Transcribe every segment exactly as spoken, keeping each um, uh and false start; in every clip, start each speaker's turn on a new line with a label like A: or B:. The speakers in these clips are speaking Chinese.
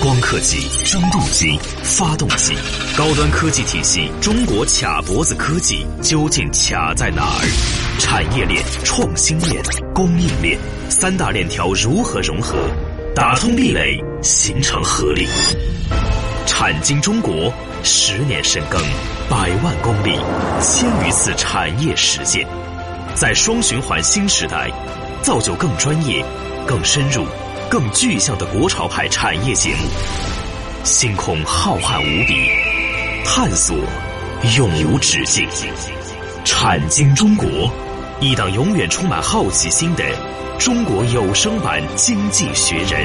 A: 光刻机、蒸镀机、发动机，高端科技体系中国卡脖子科技究竟卡在哪儿？产业链、创新链、供应链三大链条如何融合，打通壁垒，形成合力？产经中国十年深耕，百万公里，千余次产业实践，在双循环新时代，造就更专业、更深入、更具象的国潮派产业节目。星空浩瀚无比，探索永无止境。产经中国，一档永远充满好奇心的中国有声版经济学人。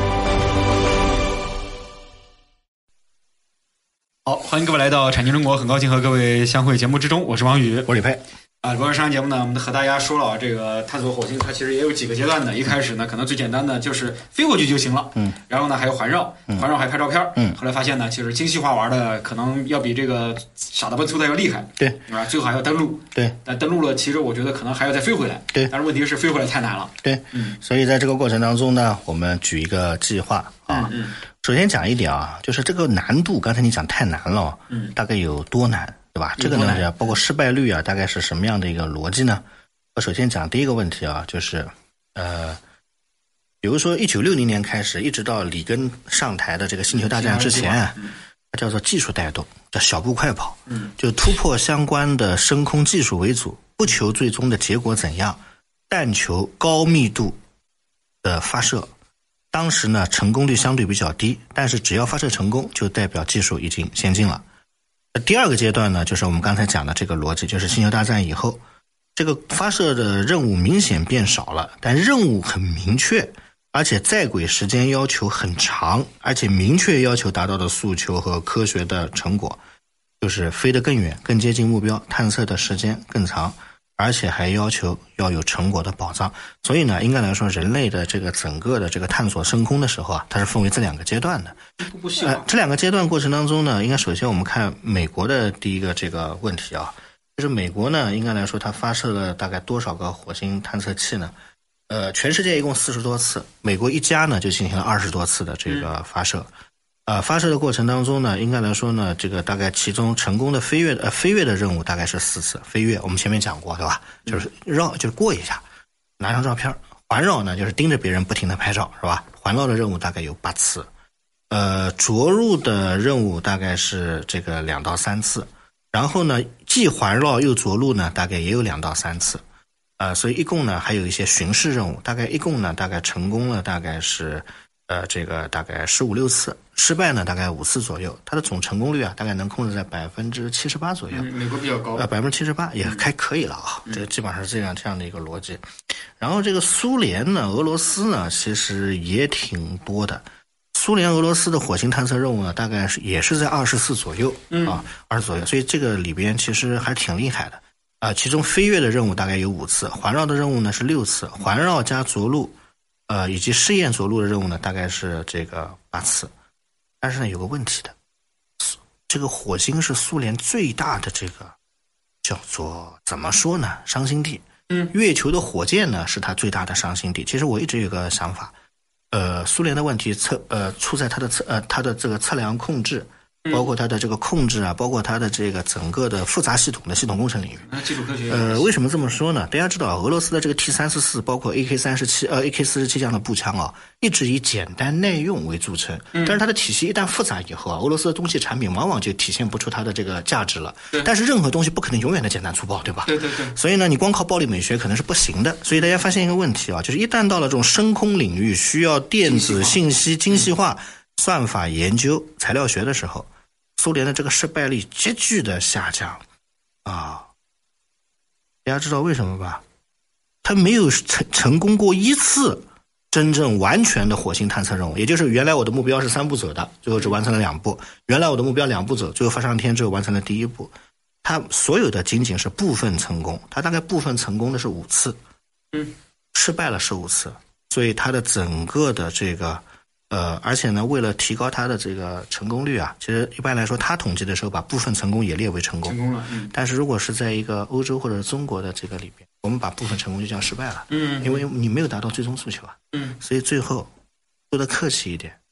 B: 好，欢迎各位来到产经中国，很高兴和各位相会节目之中，我是王宇，
C: 我是李佩。
B: 啊，昨天上节目呢，我们和大家说了，这个探索火星它其实也有几个阶段的。一开始呢，可能最简单的就是飞过去就行了，嗯，然后呢还有环绕，嗯、环绕还拍照片，嗯，后来发现呢，其实精细化玩的可能要比这个傻的奔粗的要厉害，
C: 对，
B: 啊，最后还要登陆，
C: 对，
B: 但登陆了，其实我觉得可能还要再飞回来，
C: 对，
B: 但是问题是飞回来太难了，
C: 对，嗯，所以在这个过程当中呢，我们举一个计划啊，嗯，嗯首先讲一点啊，就是这个难度，刚才你讲太难了，嗯，大概有多难？对吧？这个呢，包括失败率啊，大概是什么样的一个逻辑呢？我首先讲第一个问题啊，就是呃，比如说一九六零年开始，一直到里根上台的这个星球大战之前啊，它叫做技术带动，叫小步快跑，嗯，就突破相关的升空技术为主，不求最终的结果怎样，但求高密度的发射。当时呢，成功率相对比较低，但是只要发射成功，就代表技术已经先进了。第二个阶段呢，就是我们刚才讲的这个逻辑，就是星球大战以后，这个发射的任务明显变少了，但任务很明确，而且在轨时间要求很长，而且明确要求达到的诉求和科学的成果，就是飞得更远，更接近目标，探测的时间更长，而且还要求要有成果的保障。所以呢，应该来说，人类的这个整个的这个探索升空的时候啊，它是分为这两个阶段的。呃，这两个阶段过程当中呢，应该首先我们看美国的第一个这个问题啊，就是美国呢，应该来说它发射了大概多少个火星探测器呢？呃，全世界一共四十多次，美国一家呢就进行了二十多次的这个发射。呃，发射的过程当中呢，应该来说呢，这个大概其中成功的飞跃呃飞跃的任务大概是四次，飞跃我们前面讲过对吧？就是绕就是过一下，拿张照片。环绕呢就是盯着别人不停的拍照是吧？环绕的任务大概有八次。呃，着陆的任务大概是这个两到三次，然后呢，既环绕又着陆呢，大概也有两到三次，呃，所以一共呢还有一些巡视任务，大概一共呢大概成功了大概是呃这个大概十五六次，失败呢大概五次左右，它的总成功率啊大概能控制在百分之七十八左右，
B: 嗯，美国比较高，
C: 呃百分之七十八也还可以了啊，嗯、这个基本上是这样这样的一个逻辑。然后这个苏联呢、俄罗斯呢，其实也挺多的。苏联、俄罗斯的火星探测任务呢，大概是也是在二十四左右，嗯啊，二十左右，所以这个里边其实还是挺厉害的啊、呃。其中飞跃的任务大概有五次，环绕的任务呢是六次，环绕加着陆，呃，以及试验着陆的任务呢大概是这个八次。但是呢，有个问题的，这个火星是苏联最大的这个叫做怎么说呢，伤心地。嗯，月球的火箭呢是它最大的伤心地。其实我一直有个想法。呃，苏联的问题测呃出在它的测呃它的这个测量控制，包括它的这个控制啊，包括它的这个整个的复杂系统的系统工程领域。
B: 那基础科学。
C: 呃，为什么这么说呢？大家知道，俄罗斯的这个 T 三十四，包括 A K 三十七呃 A K 四十七这样的步枪啊，一直以简单耐用为著称。但是它的体系一旦复杂以后啊，俄罗斯的东西产品往往就体现不出它的这个价值了。但是任何东西不可能永远的简单粗暴，对吧？
B: 对对对。
C: 所以呢，你光靠暴力美学可能是不行的。所以大家发现一个问题啊，就是一旦到了这种深空领域，需要电子信息精细化、算法研究、材料学的时候，苏联的这个失败率急剧的下降啊！大家知道为什么吧？他没有成成功过一次真正完全的火星探测任务，也就是原来我的目标是三步走的，最后只完成了两步；原来我的目标两步走，最后发上天之后完成了第一步。他所有的仅仅是部分成功，他大概部分成功的是五次，嗯，失败了十五次，所以他的整个的这个。呃，而且呢，为了提高它的这个成功率啊，其实一般来说，他统计的时候把部分成功也列为成功。
B: 成功了，嗯。但
C: 是如果是在一个欧洲或者中国的这个里边，我们把部分成功就叫失败了，嗯，因为你没有达到最终诉求啊，嗯。所以最后说的客气一点，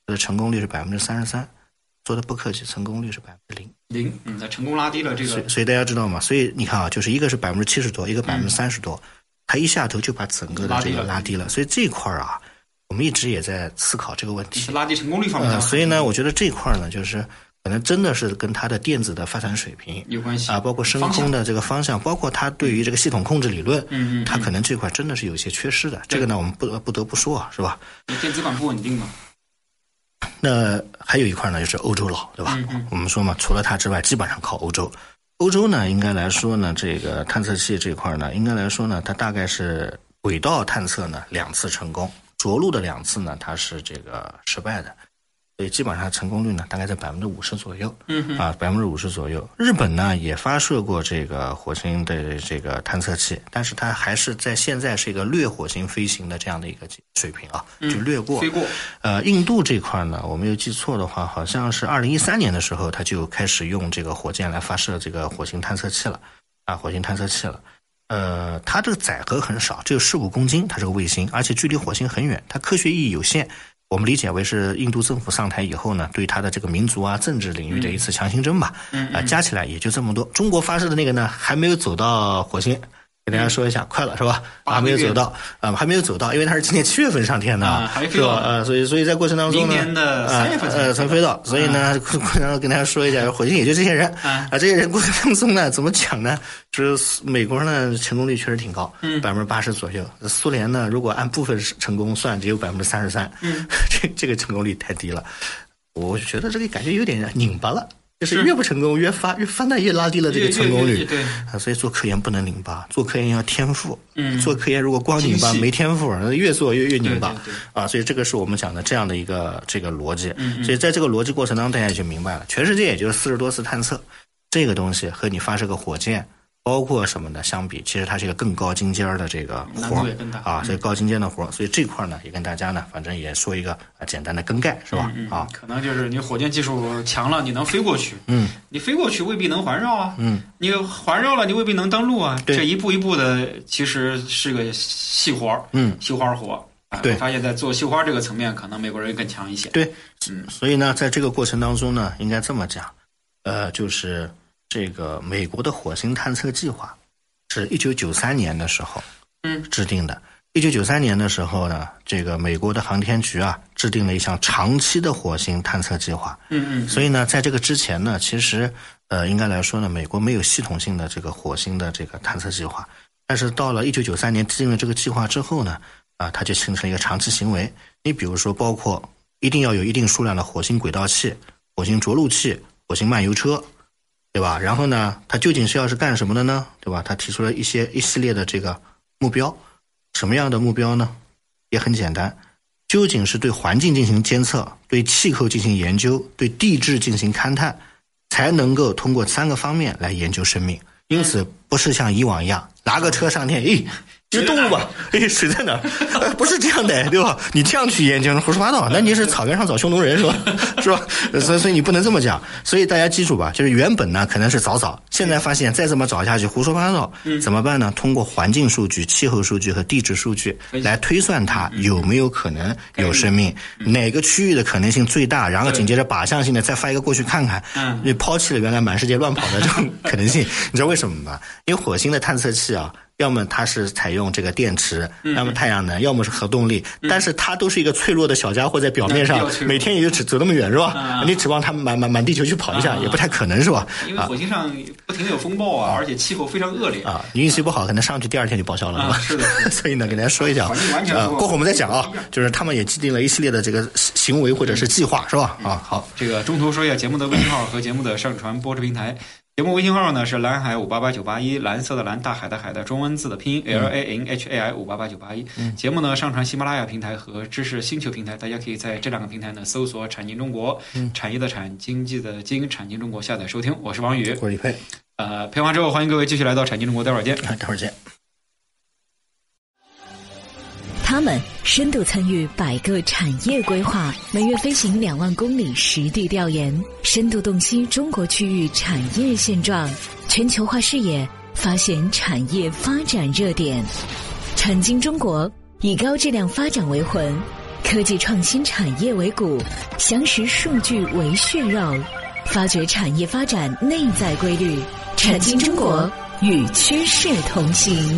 C: 它的成功率是百分之三十三，做的不客气，成功率是百分之零。
B: 零，嗯，它成功拉低了这个。
C: 所以，所以大家知道吗？所以你看啊，就是一个是百分之七十多，一个百分之三十多，嗯，它一下头就把整个的这个拉低了。所以这一块啊，我们一直也在思考这个问题。
B: 拉低成功率方面，
C: 呃，所以呢，我觉得这块呢，就是可能真的是跟它的电子的发展水平
B: 有关系
C: 啊，包括升空的这个方向，包括它对于这个系统控制理论，嗯嗯，它可能这块真的是有些缺失的。这个呢，我们不不得不说啊，是吧？
B: 电子管不稳定嘛。
C: 那还有一块呢，就是欧洲佬，对吧？嗯嗯，我们说嘛，除了它之外，基本上靠欧洲。欧洲呢，应该来说呢，这个探测器这块呢，应该来说呢，它大概是轨道探测呢两次成功，着陆的两次呢，它是这个失败的。所以基本上成功率呢，大概在百分之五十左右，嗯啊，百分之五十左右。日本呢也发射过这个火星的这个探测器，但是它还是在现在是一个掠火星飞行的这样的一个水平啊，就掠过、嗯、飞过。呃，印度这块呢，我没有记错的话，好像是二零一三年的时候，它就开始用这个火箭来发射这个火星探测器了，啊，火星探测器了。呃，它这个载荷很少，只有十五公斤，它是个卫星，而且距离火星很远，它科学意义有限。我们理解为是印度政府上台以后呢，对他的这个民族啊、政治领域的一次强行针吧。嗯，啊、呃，加起来也就这么多。中国发射的那个呢，还没有走到火星，给大家说一下，快了是吧？还没有走到，啊、呃，还没有走到，因为它是今年七月份上天的，啊、还是吧？呃，所以所以在过程当中呢，
B: 明年的三月份
C: 呃才飞到，所以呢，过程当中跟大家说一下，火星也就这些人啊，这些人过程当中呢，怎么讲呢？就是美国呢成功率确实挺高，嗯，百分之八十左右。苏联呢，如果按部分成功算，只有百分之三十三，嗯，这这个成功率太低了。我觉得这个感觉有点拧巴了。就是越不成功越发越发那越拉低了这个成功率，
B: 对
C: 啊，所以做科研不能拧巴，做科研要天赋，嗯，做科研如果光拧巴没天赋，越做越越拧巴，对对对啊，所以这个是我们讲的这样的一个这个逻辑，嗯嗯，所以在这个逻辑过程当中，大家也就明白了，全世界也就是四十多次探测，这个东西和你发射个火箭。包括什么呢？相比，其实它是一个更高精尖的这个活啊，所以高精尖的活，所以这块呢也跟大家呢，反正也说一个啊简单的更概，是吧？
B: 嗯嗯、
C: 啊，
B: 可能就是你火箭技术强了，你能飞过去，嗯，你飞过去未必能环绕啊，嗯，你环绕了，你未必能登陆啊，这一步一步的其实是个细活，嗯，细花活。啊、对，发现在做绣花这个层面，可能美国人更强一些。
C: 对，嗯，所以呢，在这个过程当中呢，应该这么讲，呃，就是。这个美国的火星探测计划是一九九三年的时候嗯制定的。一九九三年的时候呢，这个美国的航天局啊制定了一项长期的火星探测计划。嗯嗯。所以呢，在这个之前呢，其实呃应该来说呢，美国没有系统性的这个火星的这个探测计划。但是到了一九九三年制定了这个计划之后呢，啊、呃，它就形成了一个长期行为。你比如说，包括一定要有一定数量的火星轨道器、火星着陆器、火星漫游车。对吧？然后呢，它究竟是要是干什么的呢？对吧？他提出了一些一系列的这个目标，什么样的目标呢？也很简单，究竟是对环境进行监测，对气候进行研究，对地质进行勘探，才能够通过三个方面来研究生命。因此，不是像以往一样拿个车上天，诶，这是动物吧？诶，水在哪儿？不是这样的，对吧？你这样去研究，胡说八道。那你是草原上找匈奴人是吧？是吧？所以，所以你不能这么讲。所以大家记住吧，就是原本呢可能是找找，现在发现再这么找下去胡说八道，怎么办呢？通过环境数据、气候数据和地质数据来推算它有没有可能有生命，哪个区域的可能性最大，然后紧接着靶向性的再发一个过去看看，你抛弃了原来满世界乱跑的这种可能性。你知道为什么吗？因为火星的探测器啊。要么它是采用这个电池，要么太阳能，要么是核动力，但是它都是一个脆弱的小家伙在表面上，每天也就只走那么远是吧？你指望它满满满地球去跑一下也不太可能是吧？
B: 因为火星上不停的有风暴啊，而且气候非常恶劣
C: 啊，你运气不好可能上去第二天就报销了
B: 是吧？
C: 是的，所以呢，给大家说一下，呃，过会我们再讲啊，就是他们也制定了一系列的这个行为或者是计划是吧？啊，好，
B: 这个中途说一下节目的微信号和节目的上传播出平台。节目微信号呢是蓝海五八八九八一，蓝色的蓝，大海的海的中文字的拼音 L A N H A I 五八八九八一。节目呢上传喜马拉雅平台和知识星球平台，大家可以在这两个平台呢搜索产经中国，嗯、产业的产，经济的经，产经中国下载收听。我是王宇，
C: 我是李佩。
B: 呃，配完之后欢迎各位继续来到产经中国，待会儿见。
C: 待会儿见。
D: 他们深度参与百个产业规划，每月飞行两万公里实地调研，深度洞悉中国区域产业现状，全球化视野，发现产业发展热点。产经中国以高质量发展为魂， 科技创新产业为骨，详实数据为血肉，发掘产业发展内在规律，产经中国与趋势同行。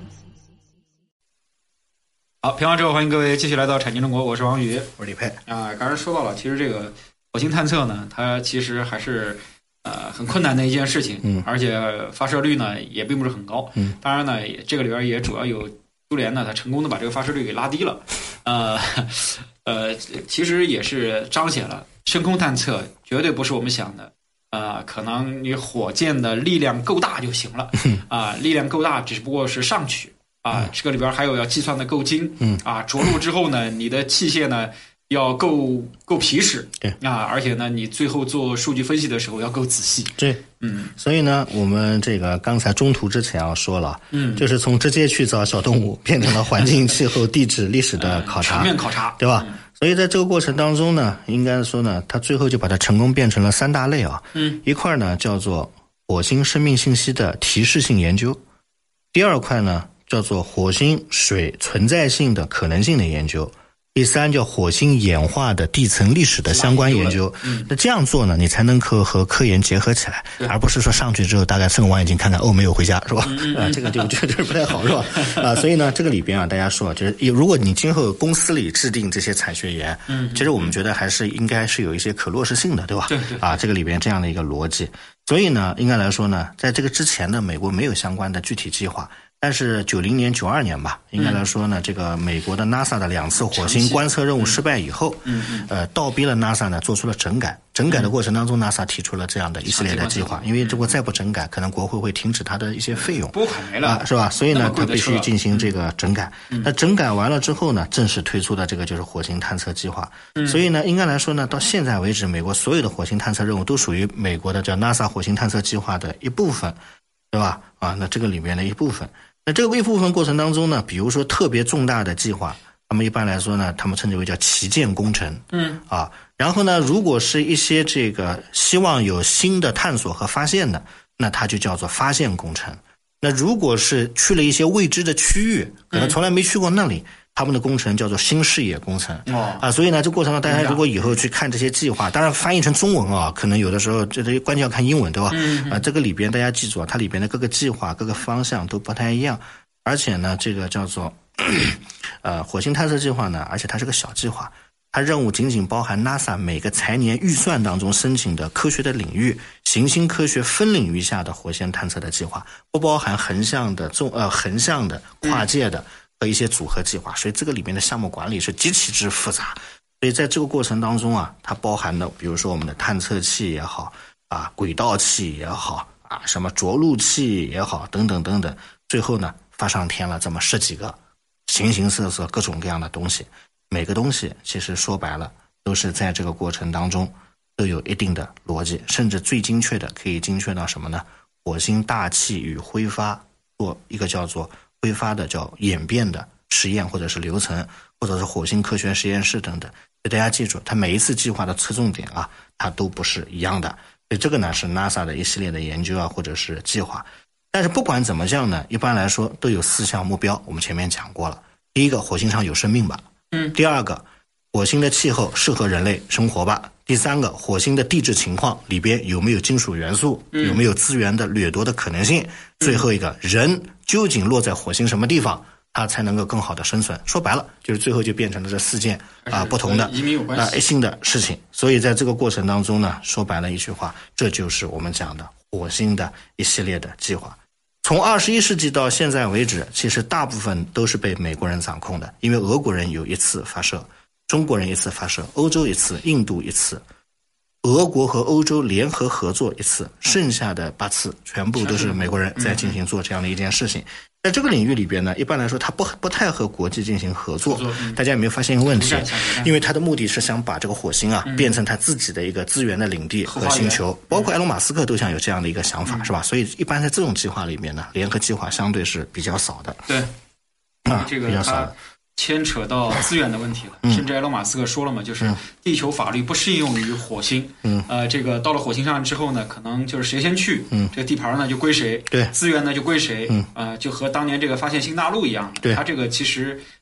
B: 好，评完之后，欢迎各位继续来到产经中国，我是王宇，
C: 我是李佩
B: 啊。刚才说到了，其实这个火星探测呢，它其实还是呃很困难的一件事情，
C: 嗯，
B: 而且发射率呢也并不是很高，
C: 嗯，
B: 当然呢，这个里边也主要有苏联呢，它成功的把这个发射率给拉低了，呃呃，其实也是彰显了深空探测绝对不是我们想的。呃，可能你火箭的力量够大就行了，啊、呃，力量够大只不过是上去啊、呃，这个里边还有要计算的够精，
C: 嗯
B: 啊，着陆之后呢，你的器械呢要够够皮实，
C: 对
B: 啊，而且呢，你最后做数据分析的时候要够仔细，
C: 对，
B: 嗯，
C: 所以呢，我们这个刚才中途之前要说了，
B: 嗯，
C: 就是从直接去找小动物变成了环境、气候、地质、历史的考察，
B: 全面考察，
C: 对吧？
B: 嗯
C: 所以在这个过程当中呢，应该说呢，它最后就把它成功变成了三大类啊。
B: 嗯，
C: 一块呢叫做火星生命信息的提示性研究，第二块呢叫做火星水存在性的可能性的研究，第三叫火星演化的地层历史的相关研究。
B: 嗯，
C: 那这样做呢，你才能够和科研结合起来，而不是说上去之后大概瞪个望远镜看看哦没有回家是吧？
B: 嗯
C: 啊，这个就就就不太好是吧？啊，所以呢，这个里边啊，大家说就是，如果你今后公司里制定这些产学研，
B: 嗯，
C: 其实我们觉得还是应该是有一些可落实性的，对吧？
B: 对对。
C: 啊，这个里边这样的一个逻辑，所以呢，应该来说呢，在这个之前呢，美国没有相关的具体计划。但是九零年、九二年吧，应该来说呢，嗯、这个美国的 NASA 的两次火星观测任务失败以后，
B: 嗯嗯，
C: 呃，倒逼了 NASA 呢做出了整改。整改的过程当中、嗯、，NASA 提出了这样的一系列的计划，因为如果再不整改，可能国会会停止它的一些费用，
B: 拨款没了、
C: 啊，是吧？所以呢，它必须进行这个整改。
B: 嗯、
C: 那整改完了之后呢，正式推出的这个就是火星探测计划。嗯、所以呢，应该来说呢，到现在为止，美国所有的火星探测任务都属于美国的叫 NASA 火星探测计划的一部分，对吧？啊，那这个里面的一部分。那这个一部分过程当中呢，比如说特别重大的计划，他们一般来说呢，他们称之为叫旗舰工程，
B: 嗯
C: 啊，然后呢，如果是一些这个希望有新的探索和发现的，那它就叫做发现工程。那如果是去了一些未知的区域，可能从来没去过那里，嗯、他们的工程叫做新视野工程。
B: 哦
C: 啊，所以呢，这过程中大家如果以后去看这些计划，当然翻译成中文啊，可能有的时候这这关键要看英文，对吧？
B: 嗯
C: 啊，这个里边大家记住啊，它里边的各个计划、各个方向都不太一样。而且呢，这个叫做呃火星探测计划呢，而且它是个小计划，它任务仅仅包含 NASA 每个财年预算当中申请的科学的领域、行星科学分领域下的火星探测的计划，不包含横向的、纵呃横向的、跨界的和一些组合计划，所以这个里面的项目管理是极其之复杂。所以在这个过程当中啊，它包含的，比如说我们的探测器也好啊，轨道器也好啊，什么着陆器也好，等等等等，最后呢。发上天了这么十几个形形色色各种各样的东西，每个东西其实说白了都是在这个过程当中都有一定的逻辑，甚至最精确的可以精确到什么呢？火星大气与挥发做一个叫做挥发的叫演变的实验或者是流程，或者是火星科学实验室等等。大家记住，它每一次计划的侧重点啊，它都不是一样的。所以这个呢是 NASA 的一系列的研究啊，或者是计划。但是不管怎么样呢，一般来说都有四项目标，我们前面讲过了。第一个，火星上有生命吧。
B: 嗯。
C: 第二个，火星的气候适合人类生活吧。第三个，火星的地质情况里边有没有金属元素，
B: 嗯、
C: 有没有资源的掠夺的可能性。最后一个，人究竟落在火星什么地方，它才能够更好的生存。说白了，就是最后就变成了这四件啊、呃、不同的
B: 移民有关系
C: 啊、呃、新的事情。所以在这个过程当中呢，说白了一句话，这就是我们讲的火星的一系列的计划。从二十一世纪到现在为止，其实大部分都是被美国人掌控的，因为俄国人有一次发射，中国人一次发射，欧洲一次，印度一次，俄国和欧洲联合合作一次，剩下的八次全部都是美国人在进行做这样的一件事情。在这个领域里边呢，一般来说它不不太和国际进行合作。
B: 嗯、
C: 大家有没有发现一个问题？因为它的目的是想把这个火星啊、嗯、变成它自己的一个资源的领地和星球，包括埃隆马斯克都想有这样的一个想法，嗯、是吧？所以一般在这种计划里面呢，联合计划相对是比较少的。
B: 对，
C: 啊，
B: 这个
C: 比较少的。
B: 牵扯到资源的问题了，
C: 嗯、
B: 甚至埃隆马斯克说了嘛，就是地球法律不适用于火星。
C: 嗯，
B: 呃，这个到了火星上之后呢，可能就是谁先去，
C: 嗯，
B: 这个地盘呢就归谁，
C: 对，
B: 资源呢就归谁，
C: 嗯，
B: 呃，就和当年这个发现新大陆一样。
C: 对，
B: 他这个其实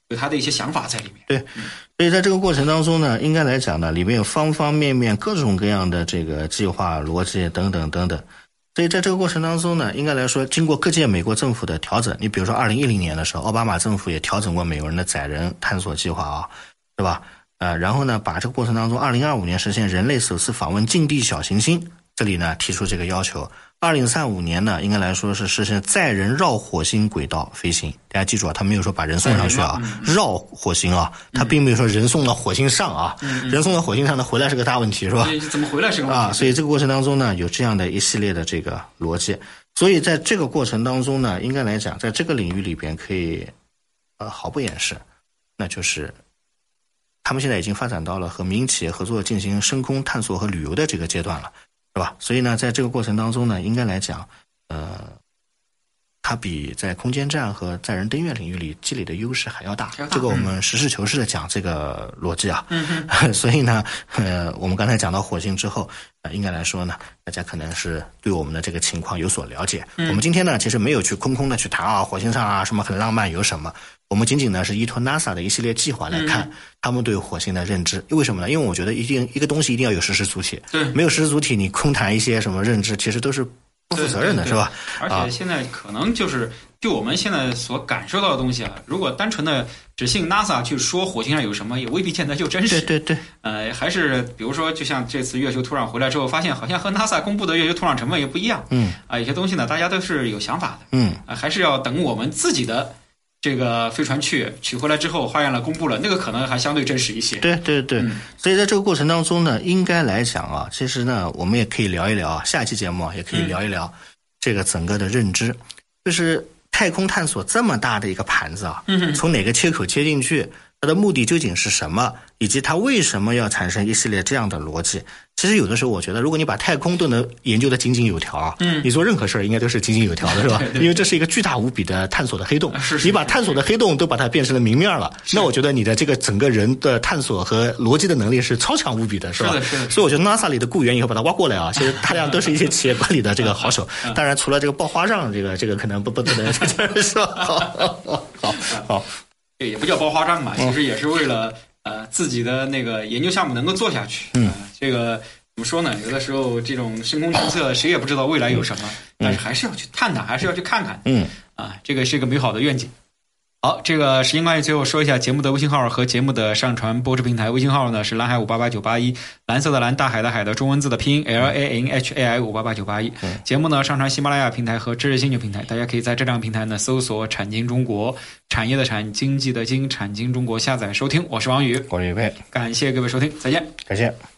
B: 有他的一些想法在里面。
C: 对，所以在这个过程当中呢，应该来讲呢，里面有方方面面各种各样的这个计划逻辑等等等等。所以在这个过程当中呢，应该来说，经过各届美国政府的调整，你比如说二零一零年的时候，奥巴马政府也调整过美国人的载人探索计划啊，对吧？呃，然后呢，把这个过程当中，二零二五年实现人类首次访问近地小行星，这里呢提出这个要求。二零三五年呢，应该来说是实现载人绕火星轨道飞行。大家记住啊，他没有说把人送上去啊，嗯、绕火星啊，他并没有说人送到火星上啊，嗯、人送到火星上呢回来是个大问题，是吧？
B: 怎么回来是个问题
C: 啊？所以这个过程当中呢，有这样的一系列的这个逻辑。所以在这个过程当中呢，应该来讲，在这个领域里边可以呃毫不掩饰，那就是他们现在已经发展到了和民营企业合作进行深空探索和旅游的这个阶段了。是吧？所以呢，在这个过程当中呢，应该来讲，呃，它比在空间站和载人登月领域里积累的优势还要大。这个我们实事求是的讲这个逻辑啊。嗯、所以呢，呃，我们刚才讲到火星之后，呃，应该来说呢，大家可能是对我们的这个情况有所了解。嗯、我们今天呢，其实没有去空空的去谈啊，火星上啊什么很浪漫有什么。我们仅仅呢是依托 NASA 的一系列计划来看、嗯、他们对火星的认知。为什么呢？因为我觉得一定一个东西一定要有实时主体，
B: 对，
C: 没有实时主体，你空谈一些什么认知，其实都是不负责任的，
B: 对对对
C: 是吧？
B: 而且现在可能就是就我们现在所感受到的东西啊，如果单纯的只信 NASA 去说火星上有什么，也未必见得就真实。
C: 对对对。
B: 呃，还是比如说，就像这次月球土壤回来之后，发现好像和 NASA 公布的月球土壤成分也不一样。嗯。啊，有些东西呢，大家都是有想法的。嗯。啊，还是要等我们自己的。这个飞船去取回来之后，化验了公布了，那个可能还相对真实一些。
C: 对对对、嗯，所以在这个过程当中呢，应该来讲啊，其实呢，我们也可以聊一聊，下一期节目啊，也可以聊一聊这个整个的认知，嗯、就是太空探索这么大的一个盘子啊，嗯、从哪个切口切进去，它的目的究竟是什么，以及它为什么要产生一系列这样的逻辑。其实有的时候我觉得，如果你把太空都能研究得井井有条啊，嗯，你做任何事儿应该都是井井有条的，是吧？对对对，因为这是一个巨大无比的探索的黑洞，
B: 是是是，
C: 你把探索的黑洞都把它变成了明面了，那我觉得你的这个整个人的探索和逻辑的能力是超强无比的，是吧？
B: 是的，是的。
C: 所以我觉得 NASA 里的雇员以后把它挖过来啊，其实大量都是一些企业管理的这个好手。当然，除了这个爆花账，这个这个可能不不能是吧？好好好，
B: 这也不叫爆花账嘛，其实也是为了呃自己的那个研究项目能够做下去。嗯，呃、这个。怎么说呢？有的时候这种深空探测，谁也不知道未来有什么，嗯、但是还是要去探探，还是要去看看。嗯，啊，这个是一个美好的愿景。好，这个时间关系，最后说一下节目的微信号和节目的上传播出平台。微信号呢是蓝海五八八九八一，蓝色的蓝，大海的海的中文字的拼音 L A N H A I 五八八九八一。节目呢上传喜马拉雅平台和知识星球平台，大家可以在这两个平台呢搜索“产经中国”，产业的产，经济的经，产经中国下载收听。我是王宇，
C: 我是宇佩，
B: 感谢各位收听，再见，
C: 感谢。